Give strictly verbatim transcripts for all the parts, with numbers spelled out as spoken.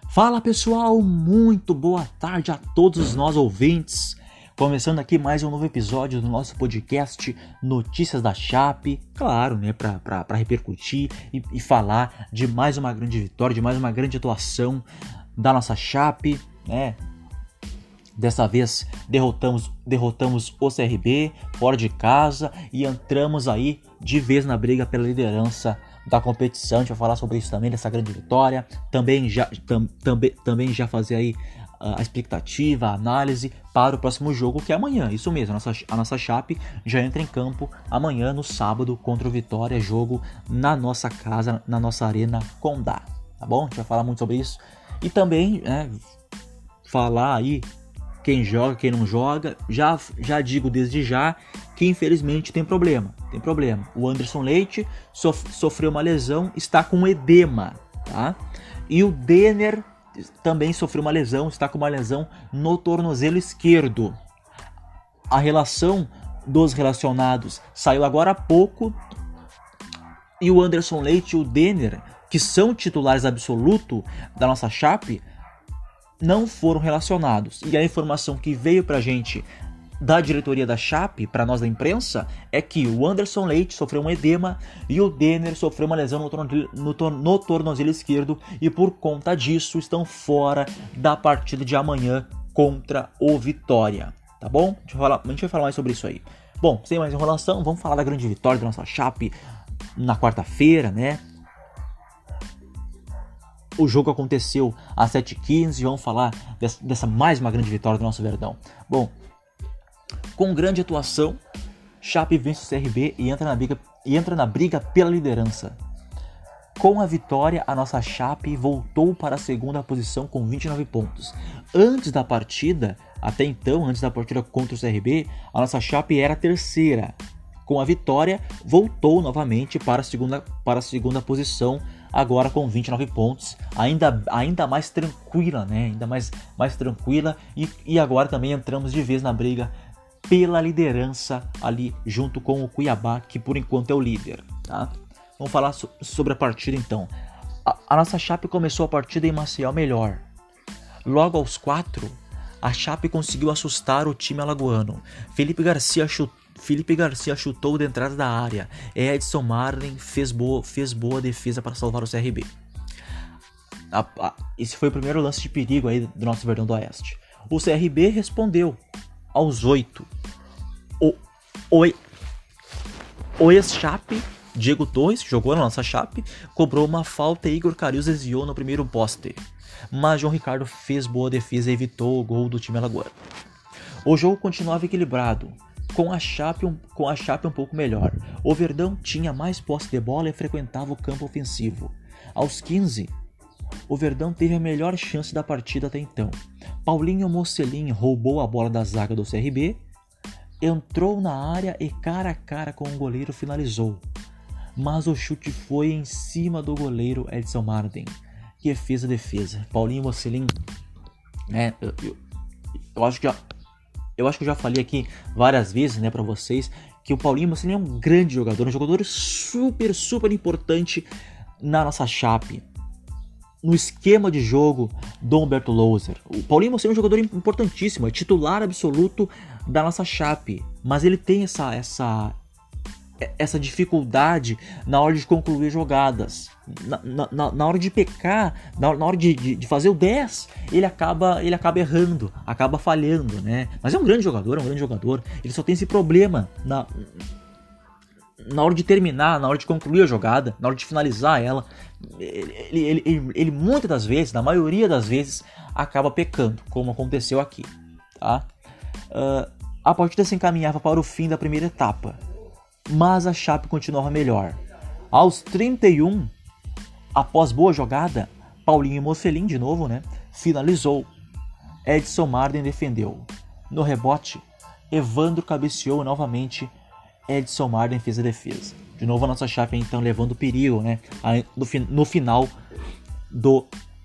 Fala pessoal, muito boa tarde a todos nós ouvintes. Começando aqui mais um novo episódio do nosso podcast Notícias da Chape. Claro, né, para repercutir e, e falar de mais uma grande vitória, de mais uma grande atuação da nossa Chape, né? Dessa vez derrotamos, derrotamos o C R B fora de casa e entramos aí de vez na briga pela liderança da competição. A gente vai falar sobre isso também, dessa grande vitória. Também já, tam, também, também já fazer aí a expectativa, a análise para o próximo jogo, que é amanhã. Isso mesmo, a nossa, a nossa Chape já entra em campo amanhã, no sábado, contra o Vitória, jogo na nossa casa, na nossa Arena Condá, tá bom? A gente vai falar muito sobre isso. E também, né, falar aí quem joga, quem não joga. Já, já digo desde já que infelizmente tem problema. Tem problema. O Anderson Leite sof- sofreu uma lesão, está com edema, tá? E o Denner também sofreu uma lesão, está com uma lesão no tornozelo esquerdo. A relação dos relacionados saiu agora há pouco. E o Anderson Leite e o Denner, que são titulares absolutos da nossa Chape, não foram relacionados. E a informação que veio pra gente da diretoria da Chape, para nós da imprensa, é que o Anderson Leite sofreu um edema e o Denner sofreu uma lesão no, torno, no, tor, no tornozelo esquerdo e por conta disso estão fora da partida de amanhã contra o Vitória, tá bom? A gente vai falar, a gente vai falar mais sobre isso aí. Bom, sem mais enrolação, vamos falar da grande vitória da nossa Chape na quarta-feira, né? O jogo aconteceu às sete e quinze, vamos falar dessa, dessa mais uma grande vitória do nosso Verdão. Bom, com grande atuação, Chape vence o C R B e entra na briga, e entra na briga pela liderança. Com a vitória, a nossa Chape voltou para a segunda posição com vinte e nove pontos. Antes da partida, até então, antes da partida contra o C R B, a nossa Chape era a terceira. Com a vitória, voltou novamente para a segunda, para a segunda posição, agora com vinte e nove pontos, ainda, ainda mais tranquila, né? Ainda mais, mais tranquila e, e agora também entramos de vez na briga pela liderança ali junto com o Cuiabá, que por enquanto é o líder, tá? Vamos falar so, sobre a partida então. A, a nossa Chape começou a partida em Maceió melhor. Logo aos quatro, a Chape conseguiu assustar o time alagoano. Felipe Garcia chutou Felipe Garcia chutou de entrada da área. Edson Marden fez boa, fez boa defesa para salvar o C R B. A, a, esse foi o primeiro lance de perigo aí do nosso Verdão do Oeste. O C R B respondeu aos oito. O, o, o ex-Chape, Diego Torres, que jogou na nossa Chape, cobrou uma falta e Igor Carius desviou no primeiro poste. Mas João Ricardo fez boa defesa e evitou o gol do time alagoano. O jogo continuava equilibrado, com a Chape um, com a Chape um pouco melhor. O Verdão tinha mais posse de bola e frequentava o campo ofensivo. Aos quinze, o Verdão teve a melhor chance da partida até então. Paulinho Mocelin roubou a bola da zaga do C R B, entrou na área e cara a cara com o goleiro finalizou. Mas o chute foi em cima do goleiro Edson Marden, que fez a defesa. Paulinho Mocelin, né, eu, eu, eu acho que já... Eu acho que eu já falei aqui várias vezes, né, pra vocês, que o Paulinho Mocelin é um grande jogador, um jogador super, super importante na nossa Chape, no esquema de jogo do Humberto Louser. O Paulinho Mocelin é um jogador importantíssimo, é titular absoluto da nossa Chape, mas ele tem essa, essa, essa dificuldade na hora de concluir jogadas. Na, na, na hora de pecar, na, na hora de, de, de fazer o dez, ele acaba, ele acaba errando, acaba falhando, né? Mas é um grande jogador, é um grande jogador. Ele só tem esse problema na, na hora de terminar, na hora de concluir a jogada, na hora de finalizar ela. Ele, ele, ele, ele muitas das vezes, na maioria das vezes, acaba pecando, como aconteceu aqui, tá? Uh, a partida se encaminhava para o fim da primeira etapa, mas a Chape continuava melhor. Aos trinta e um, após boa jogada, Paulinho Mocelin, de novo, né, finalizou. Edson Marden defendeu. No rebote, Evandro cabeceou novamente. Edson Marden fez a defesa. De novo a nossa Chape então levando perigo, né, no, no final do...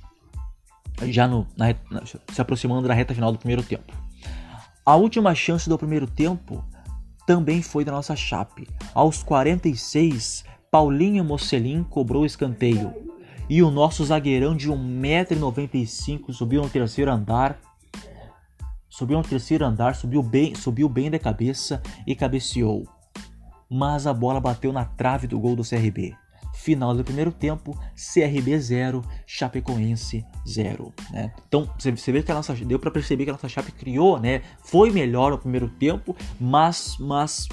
Já no, na, se aproximando da reta final do primeiro tempo. A última chance do primeiro tempo também foi da nossa Chape. Aos quarenta e seis, Paulinho Mocelin cobrou o escanteio e o nosso zagueirão de um metro e noventa e cinco subiu no terceiro andar. Subiu no terceiro andar, subiu bem, subiu bem da cabeça e cabeceou. Mas a bola bateu na trave do gol do C R B. Final do primeiro tempo, C R B zero, Chapecoense zero, né? Então, você vê que a nossa, deu para perceber que a nossa Chape criou, né? Foi melhor no primeiro tempo, mas, mas,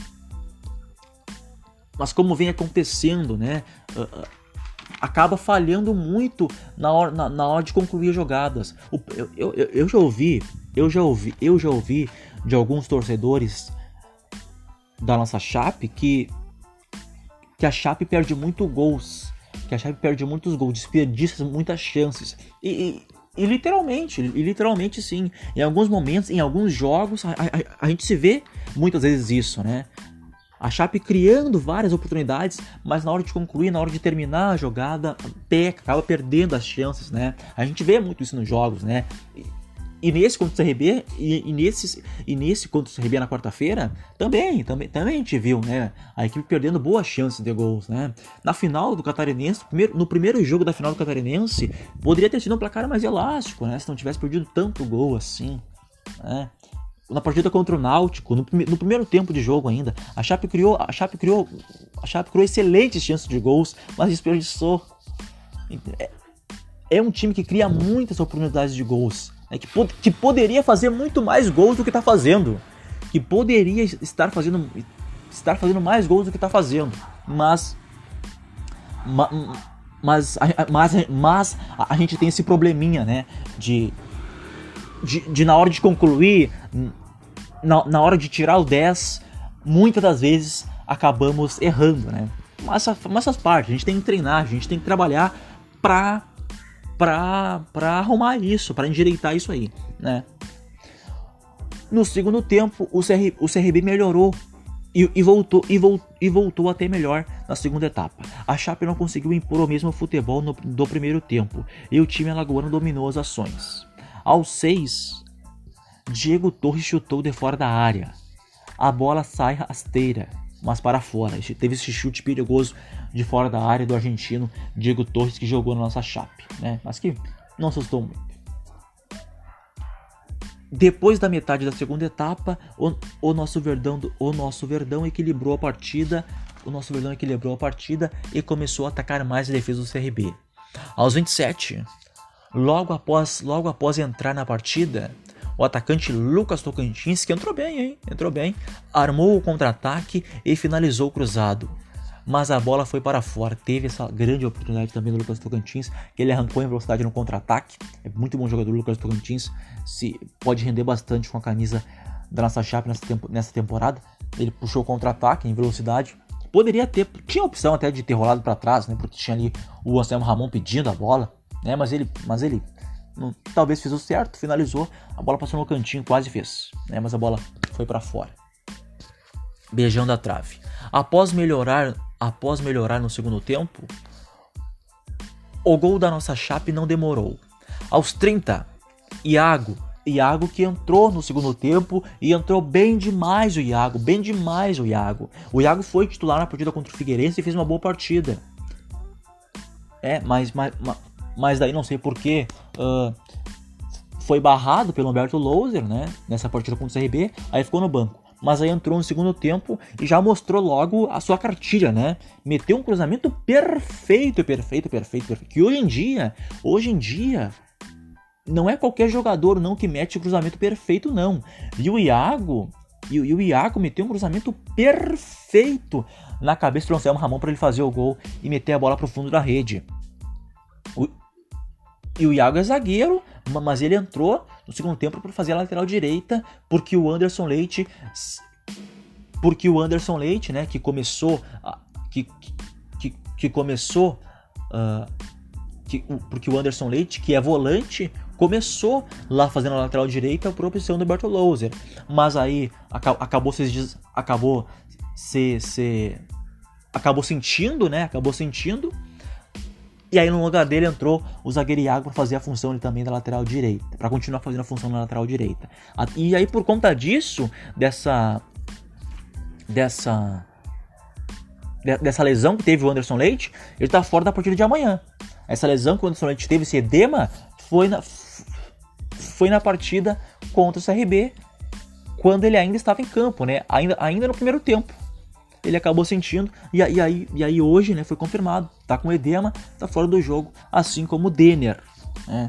mas como vem acontecendo, né? Uh, uh, acaba falhando muito na hora, na, na hora de concluir as jogadas. O, eu, eu, eu já ouvi, eu já ouvi, eu já ouvi de alguns torcedores da nossa Chape que que a Chape perde muito gols, que a Chape perde muitos gols, desperdiça muitas chances. E, e, e literalmente, e literalmente sim, em alguns momentos, em alguns jogos, a, a, a gente se vê muitas vezes isso, né? A Chape criando várias oportunidades, mas na hora de concluir, na hora de terminar a jogada, peca, acaba perdendo as chances, né? A gente vê muito isso nos jogos, né? E, E nesse contra o C R B, e, e, nesse, e nesse contra o C R B na quarta-feira, também, também, também a gente viu, né? A equipe perdendo boas chances de gols, né? Na final do Catarinense, primeiro, no primeiro jogo da final do Catarinense, poderia ter sido um placar mais elástico, né? Se não tivesse perdido tanto gol assim, né? Na partida contra o Náutico, no, no primeiro tempo de jogo ainda, a Chape criou, a Chape criou, a Chape criou excelentes chances de gols, mas desperdiçou. É, é um time que cria muitas oportunidades de gols. É que, pod- que poderia fazer muito mais gols do que está fazendo. Que poderia estar fazendo, estar fazendo mais gols do que está fazendo. Mas. Ma, mas, mas, mas a, a gente tem esse probleminha, né? De, de, de na hora de concluir, na, na hora de tirar o dez, muitas das vezes acabamos errando, né? Mas, mas faz parte, a gente tem que treinar, a gente tem que trabalhar para. Pra, pra arrumar isso, pra endireitar isso aí, né? No segundo tempo, o, C R, o C R B melhorou e, e, voltou, e, vol, e voltou até melhor na segunda etapa. A Chape não conseguiu impor o mesmo futebol no, do primeiro tempo e o time alagoano dominou as ações. Aos seis, Diego Torres chutou de fora da área. A bola sai rasteira, mas para fora. Teve esse chute perigoso de fora da área do argentino Diego Torres, que jogou na nossa Chape, né? Mas que não assustou muito. Depois da metade da segunda etapa, o, o, nosso Verdão, o nosso Verdão equilibrou a partida, o nosso Verdão equilibrou a partida e começou a atacar mais a defesa do C R B. Aos vinte e sete, logo após, logo após entrar na partida, o atacante Lucas Tocantins, que entrou bem, hein? Entrou bem, armou o contra-ataque e finalizou o cruzado. Mas a bola foi para fora. Teve essa grande oportunidade também do Lucas Tocantins, que ele arrancou em velocidade no contra-ataque. É muito bom jogador o Lucas Tocantins, se pode render bastante com a camisa da nossa Chape nessa, tempo, nessa temporada. Ele puxou o contra-ataque em velocidade. Poderia ter, tinha a opção até de ter rolado para trás, né? Porque tinha ali o Anselmo Ramon pedindo a bola, né? Mas ele, mas ele não, talvez fez o certo, finalizou. A bola passou no cantinho, quase fez, né? Mas a bola foi para fora. Beijão da trave. Após melhorar, após melhorar no segundo tempo, o gol da nossa Chape não demorou. Aos trinta, Iago, Iago que entrou no segundo tempo e entrou bem demais o Iago, bem demais o Iago. O Iago foi titular na partida contra o Figueirense e fez uma boa partida. É, mas, mas, mas daí não sei porquê, uh, foi barrado pelo Humberto Louser, né, nessa partida contra o C R B, aí ficou no banco. Mas aí entrou no segundo tempo e já mostrou logo a sua cartilha, né? Meteu um cruzamento perfeito, perfeito, perfeito, perfeito. Que hoje em dia, hoje em dia, não é qualquer jogador não que mete cruzamento perfeito, não. E o Iago, e, e o Iago meteu um cruzamento perfeito na cabeça do Anselmo Ramon para ele fazer o gol e meter a bola pro fundo da rede. O, e o Iago é zagueiro, mas ele entrou no segundo tempo para fazer a lateral direita, porque o Anderson Leite, porque o Anderson Leite, né, que começou, que, que, que começou, uh, que, porque o Anderson Leite, que é volante, começou lá fazendo a lateral direita por opção do Humberto Louser, mas aí acabou se, acabou se, se, acabou sentindo, né, acabou sentindo. E aí no lugar dele entrou o zagueiro Iago para fazer a função ele também da lateral direita, para continuar fazendo a função na lateral direita. E aí por conta disso, dessa dessa dessa lesão que teve o Anderson Leite, ele tá fora da partida de amanhã. Essa lesão que o Anderson Leite teve, esse edema, foi na, foi na partida contra o C R B, quando ele ainda estava em campo, né? Ainda, ainda no primeiro tempo. Ele acabou sentindo, e, e, aí, e aí hoje, né, foi confirmado. Tá com edema, tá fora do jogo, assim como o Denner, né?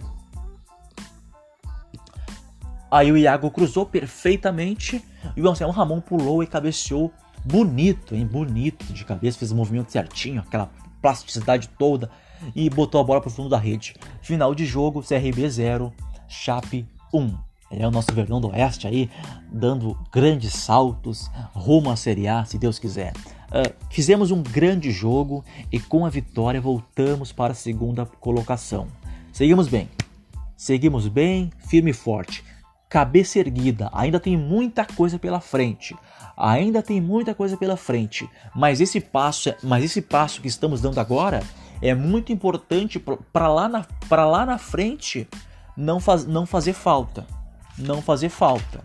Aí o Iago cruzou perfeitamente, e o Anselmo Ramon pulou e cabeceou bonito, hein? Bonito de cabeça, fez o movimento certinho, aquela plasticidade toda, e botou a bola pro fundo da rede. Final de jogo, C R B zero, Chape um. É o nosso Verdão do Oeste aí, dando grandes saltos rumo à Série A, se Deus quiser. Uh, fizemos um grande jogo e com a vitória voltamos para a segunda colocação. Seguimos bem, seguimos bem, firme e forte. Cabeça erguida, ainda tem muita coisa pela frente. Ainda tem muita coisa pela frente. Mas esse passo, mas esse passo que estamos dando agora é muito importante para lá, na, para lá na frente não, faz, não fazer falta. Não fazer falta.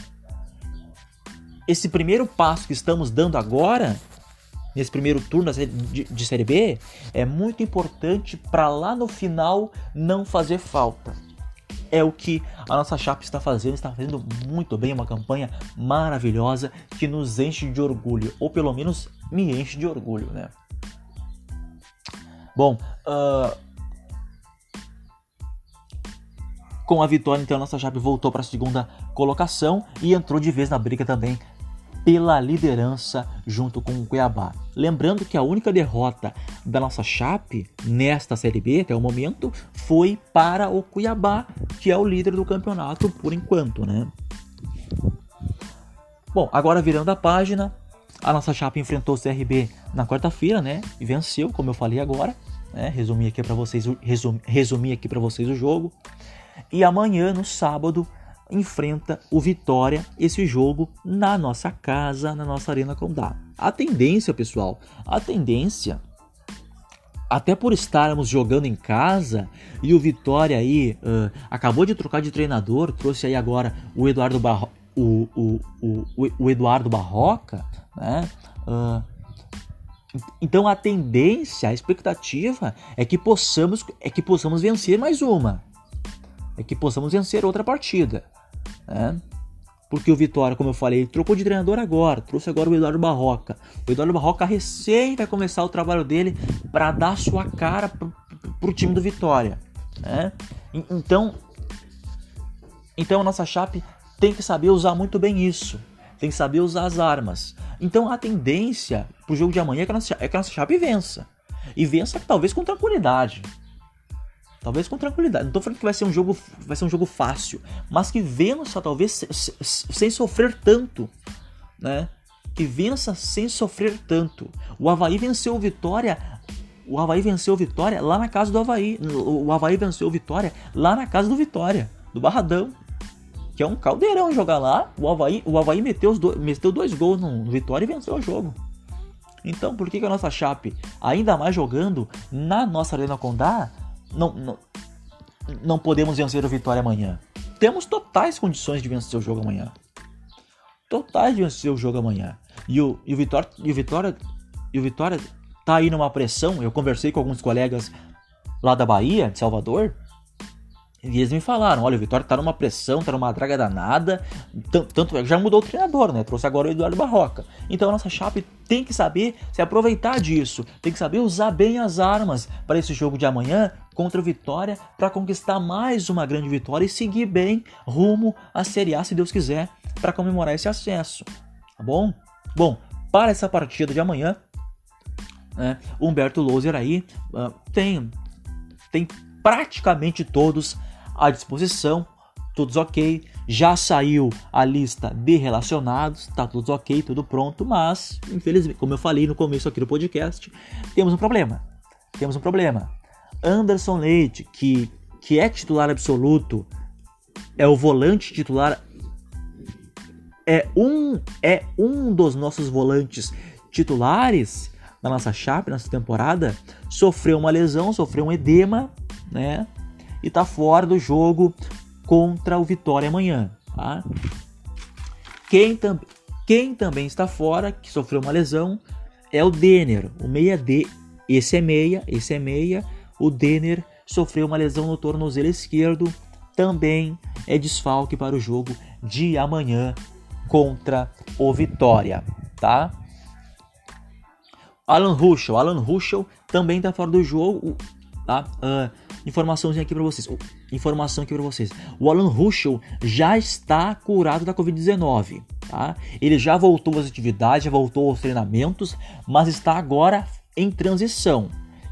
Esse primeiro passo que estamos dando agora, nesse primeiro turno de, de Série B, é muito importante para lá no final não fazer falta. É o que a nossa Chape está fazendo, está fazendo muito bem, uma campanha maravilhosa que nos enche de orgulho, ou pelo menos me enche de orgulho, né? Bom, uh... com a vitória, então, a nossa Chape voltou para a segunda colocação e entrou de vez na briga também pela liderança junto com o Cuiabá. Lembrando que a única derrota da nossa Chape nesta Série B, até o momento, foi para o Cuiabá, que é o líder do campeonato por enquanto, né? Bom, agora virando a página, a nossa Chape enfrentou o C R B na quarta-feira, né? E venceu, como eu falei agora, né? Resumi aqui para vocês, resumi, resumi aqui para vocês o jogo. E amanhã, no sábado, enfrenta o Vitória, esse jogo na nossa casa, na nossa Arena Condá. A tendência, pessoal, a tendência, até por estarmos jogando em casa, e o Vitória aí uh, acabou de trocar de treinador, trouxe aí agora o Eduardo, Barro, o, o, o, o Eduardo Barroca, né? Uh, então a tendência, a expectativa é que possamos, é que possamos vencer mais uma. É que possamos vencer outra partida, né? Porque o Vitória, como eu falei, trocou de treinador agora, trouxe agora o Eduardo Barroca. O Eduardo Barroca recém vai começar o trabalho dele para dar sua cara pro, pro time do Vitória, né? Então, então a nossa Chape tem que saber usar muito bem isso, tem que saber usar as armas. Então a tendência pro jogo de amanhã é que a nossa, é que a nossa Chape vença, e vença talvez com tranquilidade. Talvez com tranquilidade. Não tô falando que vai ser um jogo, vai ser um jogo fácil, mas que vença talvez se, se, sem sofrer tanto, né? Que vença sem sofrer tanto. O Avaí venceu o Vitória, o Avaí venceu o Vitória lá na casa do Avaí. O Avaí venceu o Vitória lá na casa do Vitória, do Barradão, que é um caldeirão jogar lá. O Avaí, o Avaí meteu, os dois, meteu dois gols no Vitória e venceu o jogo. Então, por que, que a nossa Chape, ainda mais jogando na nossa Arena Condá, Não, não, não podemos vencer o Vitória amanhã? Temos totais condições de vencer o jogo amanhã. Totais de vencer o jogo amanhã. E o, e o, Vitória, e o, Vitória, e o Vitória tá aí numa pressão. Eu conversei com alguns colegas lá da Bahia, de Salvador, e eles me falaram, olha, o Vitória tá numa pressão, tá numa draga danada, tanto já mudou o treinador, né? Trouxe agora o Eduardo Barroca. Então a nossa Chape tem que saber se aproveitar disso, tem que saber usar bem as armas para esse jogo de amanhã contra o Vitória, para conquistar mais uma grande vitória e seguir bem rumo à Série A, se Deus quiser, para comemorar esse acesso, tá bom? Bom, para essa partida de amanhã, né, Humberto Loser aí uh, tem, tem praticamente todos à disposição, todos ok, já saiu a lista de relacionados, tá todos ok, tudo pronto, mas infelizmente, como eu falei no começo aqui do podcast, temos um problema, temos um problema. Anderson Leite, que, que é titular absoluto, é o volante titular, é um, é um dos nossos volantes titulares da nossa Chape, nessa temporada, sofreu uma lesão, sofreu um edema, né? E tá fora do jogo contra o Vitória amanhã, tá? Quem, tam- quem também está fora, que sofreu uma lesão, é o Denner, o meia D. Esse é meia, esse é meia. O Denner sofreu uma lesão no tornozelo esquerdo, também é desfalque para o jogo de amanhã contra o Vitória, tá? Alan Ruschel, Alan Ruschel também está fora do jogo, tá? Uh, informaçãozinha aqui para vocês, uh, informação aqui para vocês. O Alan Ruschel já está curado da covid dezenove, tá? Ele já voltou às atividades, já voltou aos treinamentos, mas está agora em transição.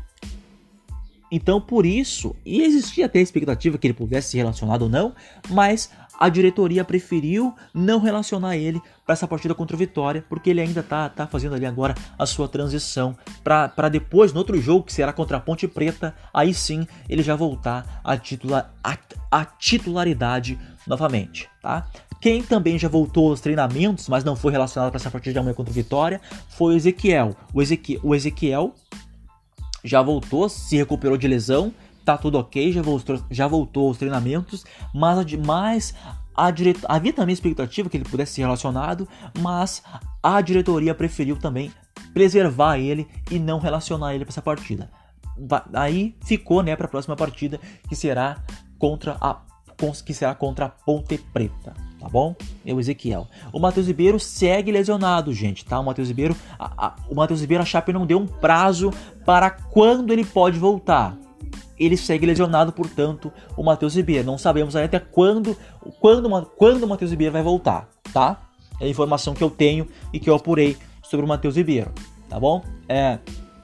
Então, por isso, e existia até a expectativa que ele pudesse ser relacionado ou não, mas a diretoria preferiu não relacionar ele para essa partida contra o Vitória, porque ele ainda está tá fazendo ali agora a sua transição para depois, no outro jogo, que será contra a Ponte Preta, aí sim ele já voltar a, titula, a, a titularidade novamente, tá? Quem também já voltou aos treinamentos, mas não foi relacionado para essa partida de amanhã contra o Vitória, foi o Ezequiel. O Ezequiel, o Ezequiel já voltou, se recuperou de lesão, tá tudo ok, já voltou, já voltou aos treinamentos, mas, mas a dire... havia também expectativa que ele pudesse ser relacionado, mas a diretoria preferiu também preservar ele e não relacionar ele para essa partida. Aí ficou, né, para a próxima partida, que será contra a que será contra a Ponte Preta, tá bom? É o Ezequiel. O Matheus Ribeiro segue lesionado, gente, tá? O Matheus Ribeiro, a, a, o Matheus Ribeiro, a Chape não deu um prazo para quando ele pode voltar. Ele segue lesionado, portanto, o Matheus Ribeiro. Não sabemos ainda até quando, quando, quando o Matheus Ribeiro vai voltar, tá? É a informação que eu tenho e que eu apurei sobre o Matheus Ribeiro, tá bom? É...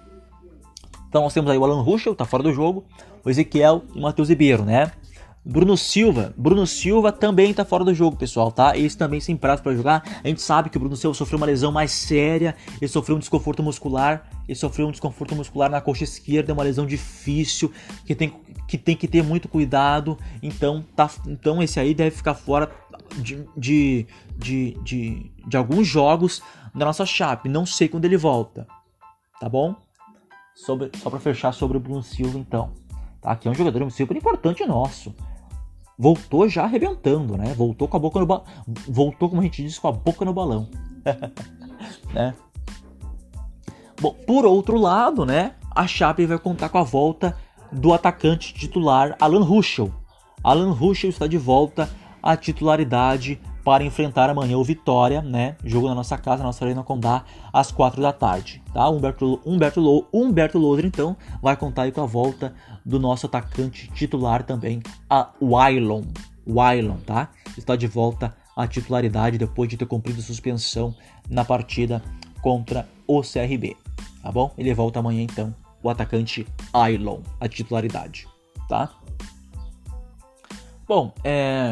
Então nós temos aí o Alan Ruschel, tá fora do jogo, o Ezequiel e o Matheus Ribeiro, né? Bruno Silva, Bruno Silva também tá fora do jogo, pessoal, tá? Esse também sem prazo para jogar. A gente sabe que o Bruno Silva sofreu uma lesão mais séria, ele sofreu um desconforto muscular, ele sofreu um desconforto muscular na coxa esquerda, é uma lesão difícil, que tem que, tem que ter muito cuidado, então, tá, então esse aí deve ficar fora de, de, de, de, de alguns jogos da nossa Chape, não sei quando ele volta, tá bom? Sobre, só para fechar sobre o Bruno Silva, então, tá? Aqui é um jogador super importante nosso. Voltou já arrebentando, né? Voltou com a boca no balão. Voltou, como a gente diz, com a boca no balão. Né? Bom, por outro lado, né? A Chape vai contar com a volta do atacante titular Alan Ruschel. Alan Ruschel está de volta à titularidade para enfrentar amanhã o Vitória, né? Jogo na nossa casa, na nossa Arena Condá, às quatro da tarde. Tá? Humberto, Humberto, Lo, Humberto Loser, então, vai contar aí com a volta do nosso atacante titular também, a Wailon. Wailon, tá? Está de volta à titularidade depois de ter cumprido suspensão na partida contra o C R B. Tá bom? Ele volta amanhã, então, o atacante Wailon, a titularidade. Tá? Bom, é...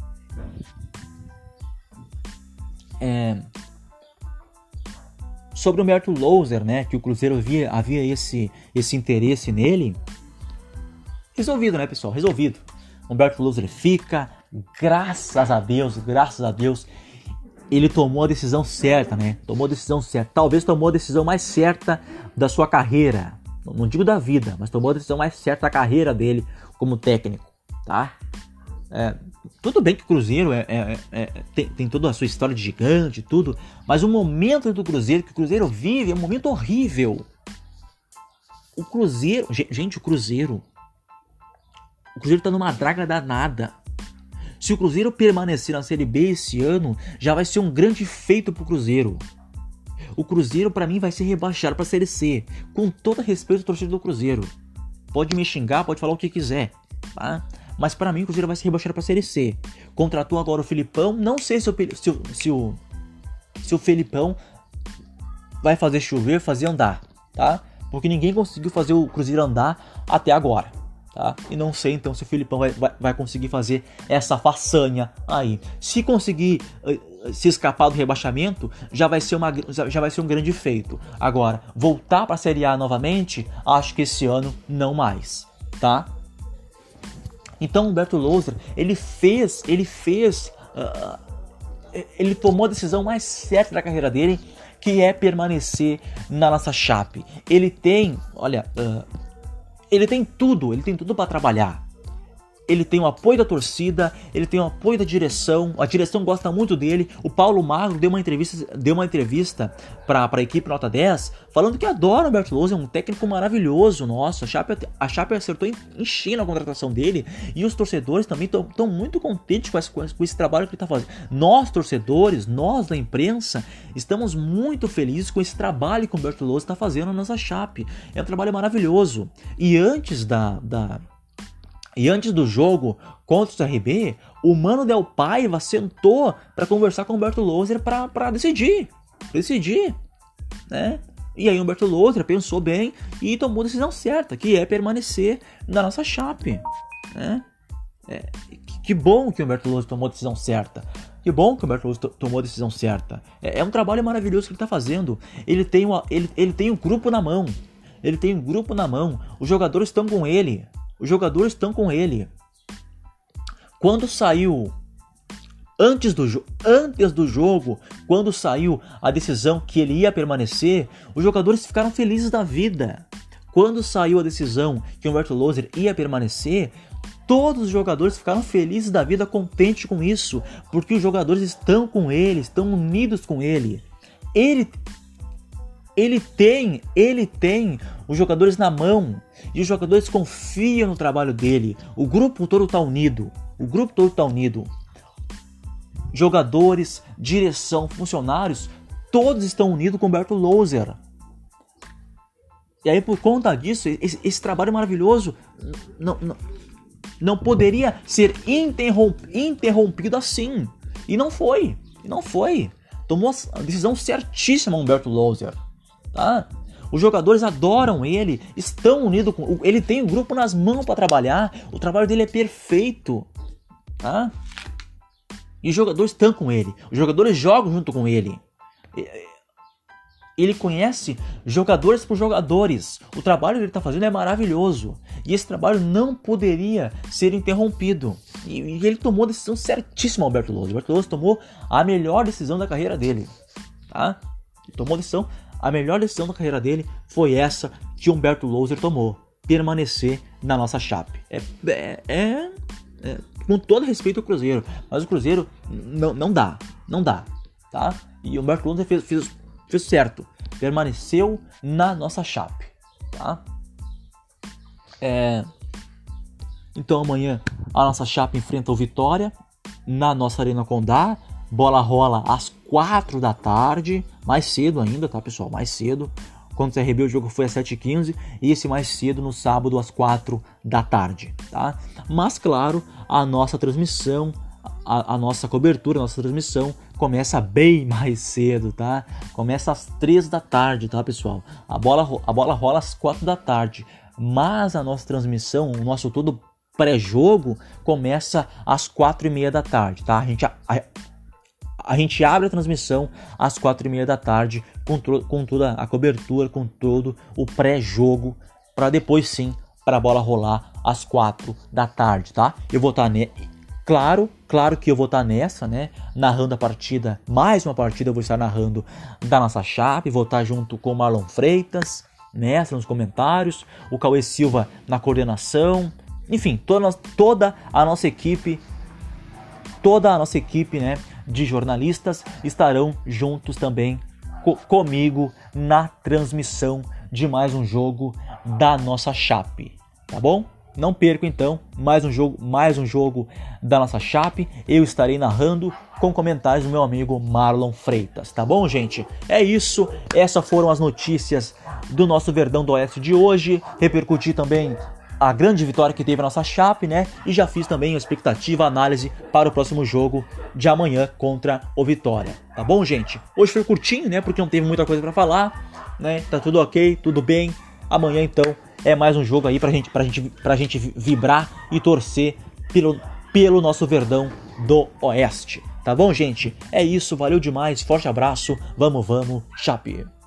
É... Sobre o Humberto Loser, né, que o Cruzeiro havia, havia esse, esse interesse nele, resolvido, né, pessoal? Resolvido. Humberto Loser fica, graças a Deus, graças a Deus, ele tomou a decisão certa, né? Tomou a decisão certa. Talvez tomou a decisão mais certa da sua carreira. Não digo da vida, mas tomou a decisão mais certa da carreira dele como técnico, tá? É, tudo bem que o Cruzeiro é, é, é, tem, tem toda a sua história de gigante e tudo, mas o momento do Cruzeiro, que o Cruzeiro vive, é um momento horrível. O Cruzeiro... Gente, o Cruzeiro... O Cruzeiro tá numa draga danada. Se o Cruzeiro permanecer na Série B esse ano, já vai ser um grande feito pro Cruzeiro. O Cruzeiro, pra mim, vai ser rebaixado pra Série C. Com todo respeito ao torcedor do Cruzeiro. Pode me xingar, pode falar o que quiser, tá? Mas pra mim o Cruzeiro vai ser rebaixado pra Série C. Contratou agora o Felipão. Não sei se o, se o, se o, se o Felipão vai fazer chover, fazer andar, tá? Porque ninguém conseguiu fazer o Cruzeiro andar até agora, tá? E não sei então se o Felipão vai, vai, vai conseguir fazer essa façanha aí. Se conseguir uh, se escapar do rebaixamento, já vai ser, uma, já vai ser um grande feito. Agora, voltar pra Série A novamente, acho que esse ano não mais, tá? Então o Humberto Loser, ele fez, ele fez, uh, ele tomou a decisão mais certa da carreira dele, que é permanecer na nossa Chape. Ele tem, olha, uh, ele tem tudo, ele tem tudo para trabalhar. ele tem o apoio da torcida, ele tem o apoio da direção, a direção gosta muito dele. O Paulo Magro deu uma entrevista, deu uma entrevista para a equipe Nota dez, falando que adora o Humberto Louser, é um técnico maravilhoso, nossa, a Chape, a Chape acertou em, em cheio a contratação dele, e os torcedores também estão muito contentes com esse, com esse trabalho que ele está fazendo. Nós, torcedores, nós da imprensa, estamos muito felizes com esse trabalho que o Humberto Louser está fazendo na nossa Chape. É um trabalho maravilhoso. E antes da... da E antes do jogo contra o C R B, o Mano Del Paiva sentou para conversar com o Humberto Louser para decidir, decidir, né? E aí o Humberto Louser pensou bem e tomou a decisão certa, que é permanecer na nossa Chape, né? É, que bom que o Humberto Louser tomou a decisão certa. Que bom que o Humberto Louser tomou a decisão certa. É, é um trabalho maravilhoso que ele está fazendo. Ele tem, uma, ele, ele tem um grupo na mão. Ele tem um grupo na mão. Os jogadores estão com ele. Os jogadores estão com ele. Quando saiu, antes do, jo- antes do jogo, quando saiu a decisão que ele ia permanecer, os jogadores ficaram felizes da vida. Quando saiu a decisão que o Humberto Louser ia permanecer, todos os jogadores ficaram felizes da vida, contentes com isso, porque os jogadores estão com ele, estão unidos com ele. Ele Ele tem, ele tem os jogadores na mão e os jogadores confiam no trabalho dele. O grupo todo está unido, o grupo todo está unido. Jogadores, direção, funcionários, todos estão unidos com o Humberto Louser. E aí por conta disso, esse, esse trabalho maravilhoso não, não, não poderia ser interromp, interrompido assim. E não foi, e não foi. Tomou a decisão certíssima o Humberto Louser. Tá? Os jogadores adoram ele, estão unidos com ele, tem um grupo nas mãos para trabalhar, o trabalho dele é perfeito, tá? E os jogadores estão com ele, os jogadores jogam junto com ele. Ele conhece jogadores por jogadores. O trabalho que ele está fazendo é maravilhoso e esse trabalho não poderia ser interrompido. E, e ele tomou a decisão certíssima, Humberto Louser. Humberto Louser tomou a melhor decisão da carreira dele, tá? Ele tomou a decisão. A melhor decisão da carreira dele foi essa que Humberto Louser tomou. Permanecer na nossa Chape. É, é, é, é com todo respeito ao Cruzeiro. Mas o Cruzeiro não, não dá. Não dá. Tá? E o Humberto Louser fez, fez, fez certo. Permaneceu na nossa Chape. Tá? É, então amanhã a nossa Chape enfrenta o Vitória na nossa Arena Condá. Bola rola às quatro da tarde, mais cedo ainda, tá pessoal, mais cedo. Quando o C R B o jogo foi às sete e quinze e esse mais cedo no sábado às quatro da tarde, tá? Mas claro, a nossa transmissão, a, a nossa cobertura, a nossa transmissão começa bem mais cedo, tá? Começa às três da tarde, tá pessoal? A bola, a bola rola às quatro da tarde, mas a nossa transmissão, o nosso todo pré-jogo começa às quatro e meia da tarde, tá? A gente... A, a, A gente abre a transmissão às quatro e meia da tarde com, tro- com toda a cobertura, com todo o pré-jogo, para depois sim, para a bola rolar às quatro da tarde, tá? Eu vou estar, ne- claro, claro que eu vou estar nessa, né? Narrando a partida, mais uma partida eu vou estar narrando da nossa Chape, vou estar junto com o Marlon Freitas, nessa nos comentários, o Cauê Silva na coordenação, enfim, toda, toda a nossa equipe, toda a nossa equipe, né? De jornalistas estarão juntos também co- comigo na transmissão de mais um jogo da nossa Chape, tá bom? Não perca então mais um jogo, mais um jogo da nossa Chape. Eu estarei narrando com comentários do meu amigo Marlon Freitas, tá bom, gente? É isso, essas foram as notícias do nosso Verdão do Oeste de hoje. Repercuti também a grande vitória que teve a nossa Chape, né? E já fiz também a expectativa, a análise para o próximo jogo de amanhã contra o Vitória. Tá bom, gente? Hoje foi curtinho, né? Porque não teve muita coisa para falar, né? Tá tudo ok, tudo bem. Amanhã, então, é mais um jogo aí pra gente, pra gente, pra gente vibrar e torcer pelo, pelo nosso Verdão do Oeste. Tá bom, gente? É isso, valeu demais, forte abraço, vamos, vamos, Chape!